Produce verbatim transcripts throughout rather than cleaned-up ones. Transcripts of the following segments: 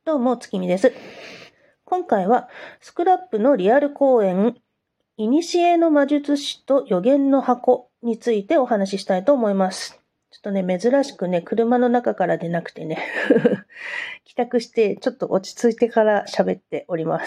どうも、月見です。今回は、スクラップのリアル公演、いにしえの魔術師と予言の箱についてお話ししたいと思います。ちょっとね、珍しくね、車の中から出なくてね、帰宅してちょっと落ち着いてから喋っております。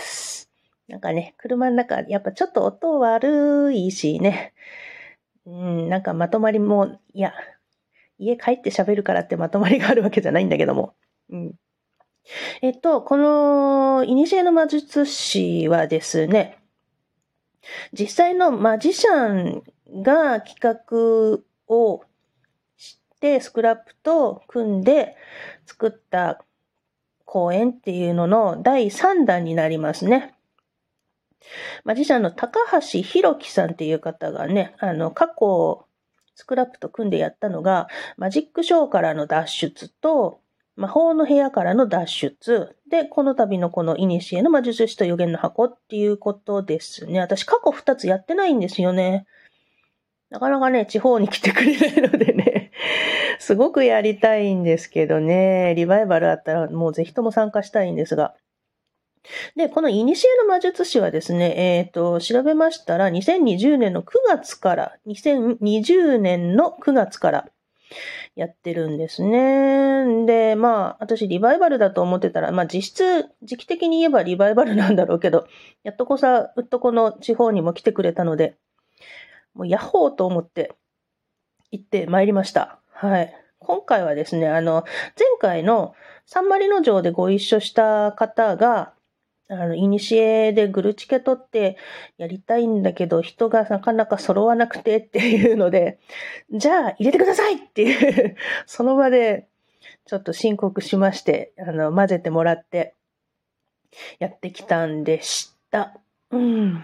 なんかね、車の中、やっぱちょっと音悪いしね、うん、なんかまとまりも、いや、家帰って喋るからってまとまりがあるわけじゃないんだけども、うん。えっと、この、いにしえの魔術師はですね、実際のマジシャンが企画をして、スクラップと組んで作った公演っていうののだいさんだんになりますね。マジシャンの高橋弘樹さんっていう方がね、あの、過去、スクラップと組んでやったのが、マジックショーからの脱出と、魔法の部屋からの脱出。で、この度のこのイニシエの魔術師と予言の箱っていうことですね。私過去ふたつやってないんですよね。なかなかね、地方に来てくれないのでね、すごくやりたいんですけどね、リバイバルあったらもうぜひとも参加したいんですが。で、このイニシエの魔術師はですね、えっと、調べましたら、にせんにじゅうねんのくがつから、にせんにじゅうねんのくがつから、やってるんですね。で、まあ、私リバイバルだと思ってたら、まあ実質、時期的に言えばリバイバルなんだろうけど、やっとこさ、うっとこの地方にも来てくれたので、もうヤッホーと思って行ってまいりました。はい。今回はですね、あの、前回のサンマリノ城でご一緒した方が、あの、イニシエでグルチケ取ってやりたいんだけど、人がなかなか揃わなくてっていうので、じゃあ入れてくださいっていう、その場でちょっと申告しまして、あの、混ぜてもらってやってきたんでした。うん。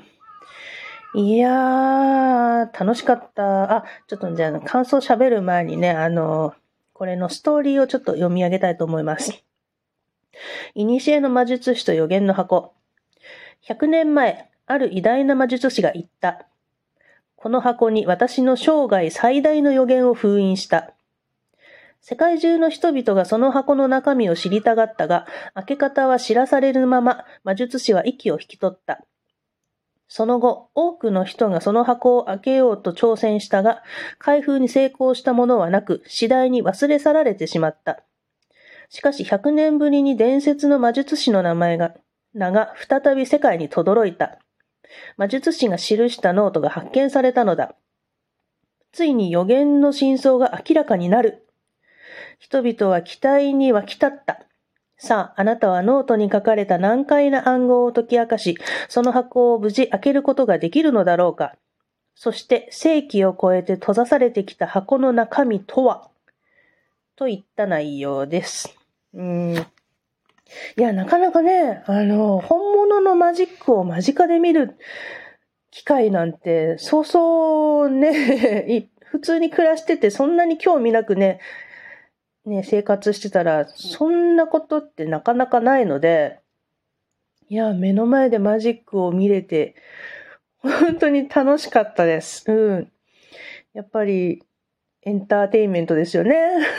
いやー、楽しかった。あ、ちょっとじゃあ、感想喋る前にね、あの、これのストーリーをちょっと読み上げたいと思います。いにしえの魔術師と予言の箱。ひゃくねんまえ、ある偉大な魔術師が言った。この箱に私の生涯最大の予言を封印した。世界中の人々がその箱の中身を知りたがったが、開け方は知らされるまま、魔術師は息を引き取った。その後、多くの人がその箱を開けようと挑戦したが、開封に成功したものはなく、次第に忘れ去られてしまった。しかしひゃくねんぶりに伝説の魔術師の名前が、名が再び世界に轟いた。魔術師が記したノートが発見されたのだ。ついに予言の真相が明らかになる。人々は期待に沸き立った。さあ、あなたはノートに書かれた難解な暗号を解き明かし、その箱を無事開けることができるのだろうか。そして世紀を超えて閉ざされてきた箱の中身とは、といった内容です。うーん。いや、なかなかね、あの、本物のマジックを間近で見る機会なんて、そうそうね、普通に暮らしててそんなに興味なくね、ね、生活してたら、そんなことってなかなかないので、いや、目の前でマジックを見れて、本当に楽しかったです。うん。やっぱり、エンターテインメントですよね。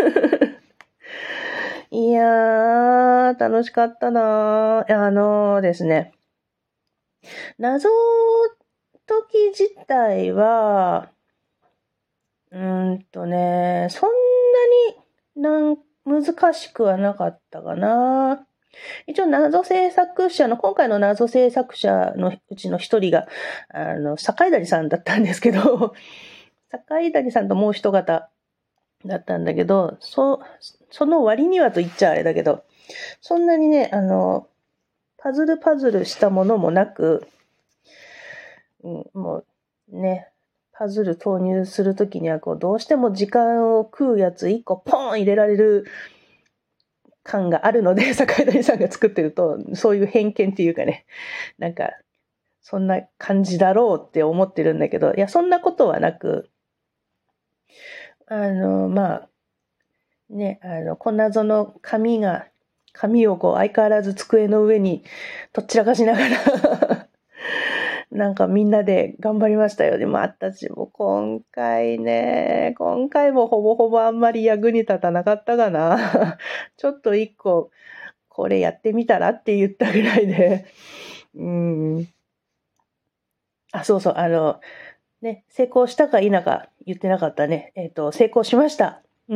いやー、楽しかったなー。あのーですね。謎解き自体は、うーんとね、そんなになん難しくはなかったかな。一応謎制作者の、今回の謎制作者のうちの一人が、あの、坂井谷さんだったんですけど、坂井谷さんともう一方だったんだけど、そ、その割にはと言っちゃあれだけど、そんなにね、あの、パズルパズルしたものもなく、うん、もうね、パズル投入するときにはこう、どうしても時間を食うやつ一個ポーン入れられる感があるので、坂井谷さんが作ってると、そういう偏見っていうかね、なんか、そんな感じだろうって思ってるんだけど、いや、そんなことはなく、あの、まあ、ね、あの、こんなぞの紙が、紙をこう相変わらず机の上にとっちらかしながらなんかみんなで頑張りましたよ。でも私も今回ね、今回もほぼほぼあんまり役に立たなかったかな。ちょっと一個これやってみたらって言ったぐらいで、うん。あ、そうそう、あの、ね、成功したか否か言ってなかったね。えっと、成功しました。うん。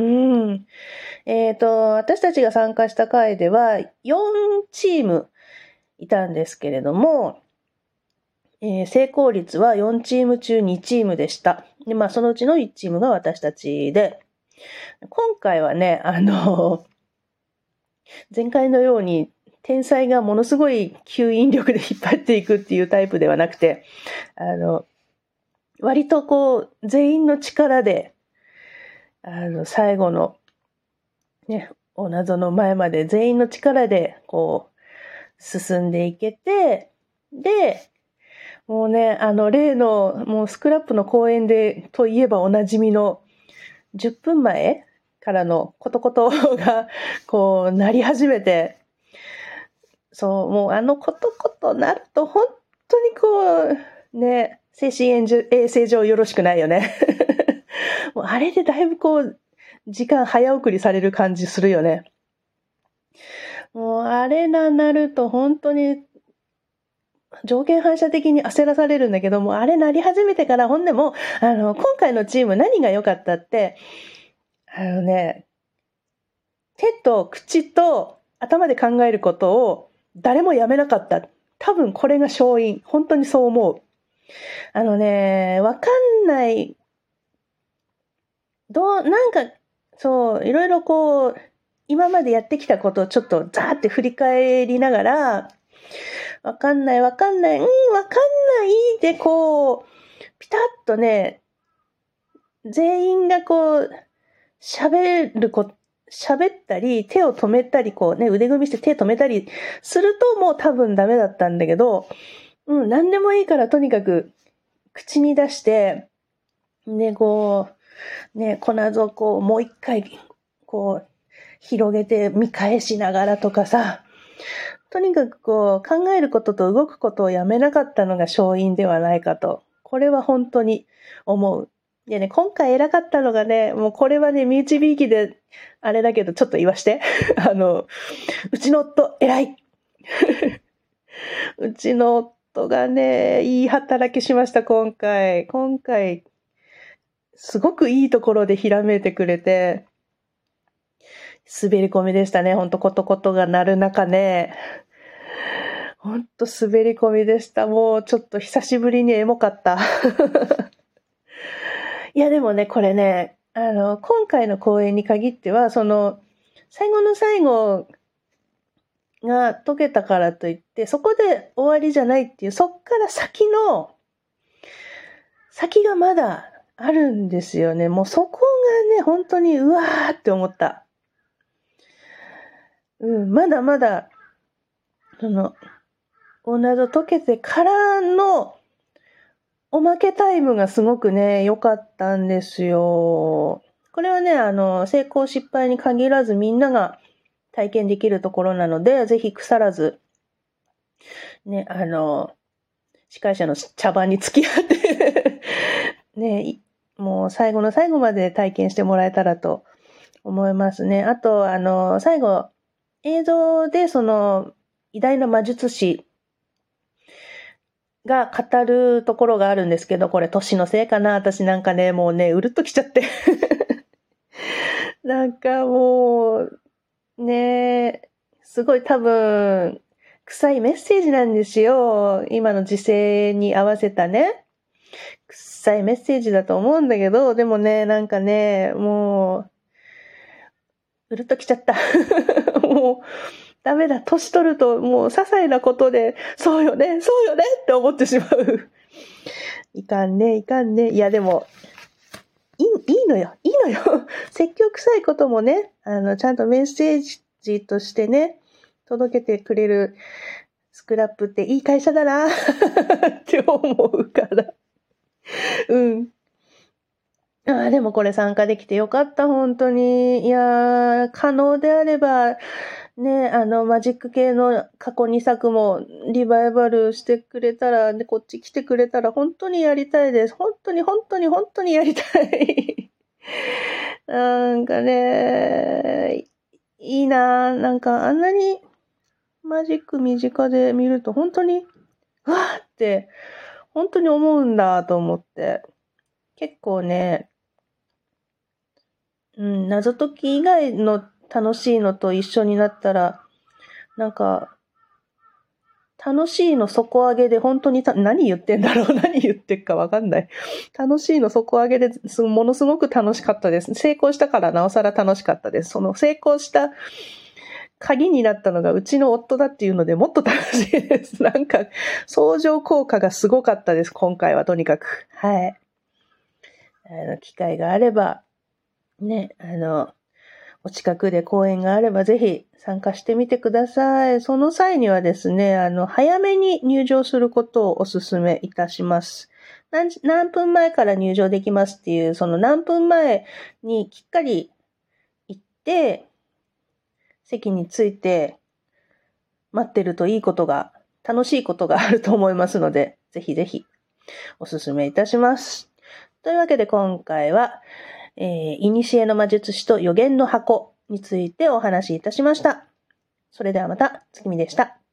えっと、私たちが参加した会ではよんチームいたんですけれども、えー成功率はよんチーム中にチームでした。で、まあ、そのうちのいちチームが私たちで、今回はね、あの、前回のように天才がものすごい吸引力で引っ張っていくっていうタイプではなくて、あの、割とこう、全員の力で、あの、最後の、ね、お謎の前まで全員の力で、こう、進んでいけて、で、もうね、あの、例の、もうスクラップの公演で、といえばおなじみの、じゅっぷんまえからのコトコトが、こう、なり始めて、そう、もうあのコトコトなると、本当にこう、ね、精神衛生上よろしくないよね。もうあれでだいぶこう、時間早送りされる感じするよね。もうあれななると本当に条件反射的に焦らされるんだけども、あれなり始めてからほんでも、あの、今回のチーム何が良かったって、あのね、手と口と頭で考えることを誰もやめなかった。多分これが勝因。本当にそう思う。あのね、わかんない。どう、なんか、そう、いろいろこう、今までやってきたことをちょっとザーって振り返りながら、わかんないわかんない、うん、わかんないでこう、ピタッとね、全員がこう、喋るこ、喋ったり、手を止めたり、こうね、腕組みして手止めたりするともう多分ダメだったんだけど、うん、何でもいいからとにかく口に出して、ね、こう、ね、粉底をもう一回、こう、広げて見返しながらとかさ、とにかくこう、考えることと動くことをやめなかったのが勝因ではないかと。これは本当に思う。でね、今回偉かったのがね、もうこれはね、身内びいきで、あれだけどちょっと言わして。あの、うちの夫、偉い。うちの夫がね、いい働きしました、今回。今回、すごくいいところでひらめいてくれて、滑り込みでしたね。ほんとコトコトが鳴る中ね。ほんと滑り込みでした。もうちょっと久しぶりにエモかった。いやでもね、これね、あの、今回の公演に限っては、その、最後の最後が解けたからといって、そこで終わりじゃないっていう、そっから先の、先がまだあるんですよね。もうそこがね、本当にうわーって思った。うん、まだまだ、その、お謎解けてからのおまけタイムがすごくね、良かったんですよ。これはね、あの、成功失敗に限らずみんなが体験できるところなので、ぜひ腐らず、ね、あの、司会者の茶番に付き合ってね、もう最後の最後まで体験してもらえたらと思いますね。あと、あの、最後、映像でその偉大な魔術師が語るところがあるんですけど、これ年のせいかな、私なんかね、もうね、うるっときちゃって。なんかもう、ね、すごい多分、臭いメッセージなんですよ。今の時勢に合わせたね。臭いメッセージだと思うんだけど、でもね、なんかね、もう、うるっときちゃった。もう、ダメだ、年取ると、もう、些細なことで、そうよね、そうよねって思ってしまう。いかんね、いかんね。いや、でも、いい、いいのよ、いいのよ。説教臭いこともね、あの、ちゃんとメッセージとしてね、届けてくれるスクラップっていい会社だなって思うから。うん。ああ、でもこれ参加できてよかった、本当に。いやー、可能であれば、ね、あの、マジック系の過去にさくもリバイバルしてくれたら、で、こっち来てくれたら本当にやりたいです。本当に本当に本当にやりたい。なんかね、いいなぁ。なんかあんなにマジック身近で見ると本当に、うわーって本当に思うんだと思って、結構ね、うん、謎解き以外の楽しいのと一緒になったら、なんか、楽しいの底上げで本当にた何言ってんだろう何言ってっかわかんない。楽しいの底上げですものすごく楽しかったです。成功したからなおさら楽しかったです。その成功した鍵になったのがうちの夫だっていうのでもっと楽しいです。なんか相乗効果がすごかったです。今回はとにかく。はい。あの、機会があれば、ね、あの、お近くで公演があればぜひ参加してみてください。その際にはですね、あの、早めに入場することをお勧めいたします。何、何分前から入場できますっていう、その何分前にきっかり行って、席について待ってるといいことが、楽しいことがあると思いますので、ぜひぜひお勧めいたします。というわけで今回は、えー、いにしえの魔術師と予言の箱についてお話しいたしました。それではまた、月見でした。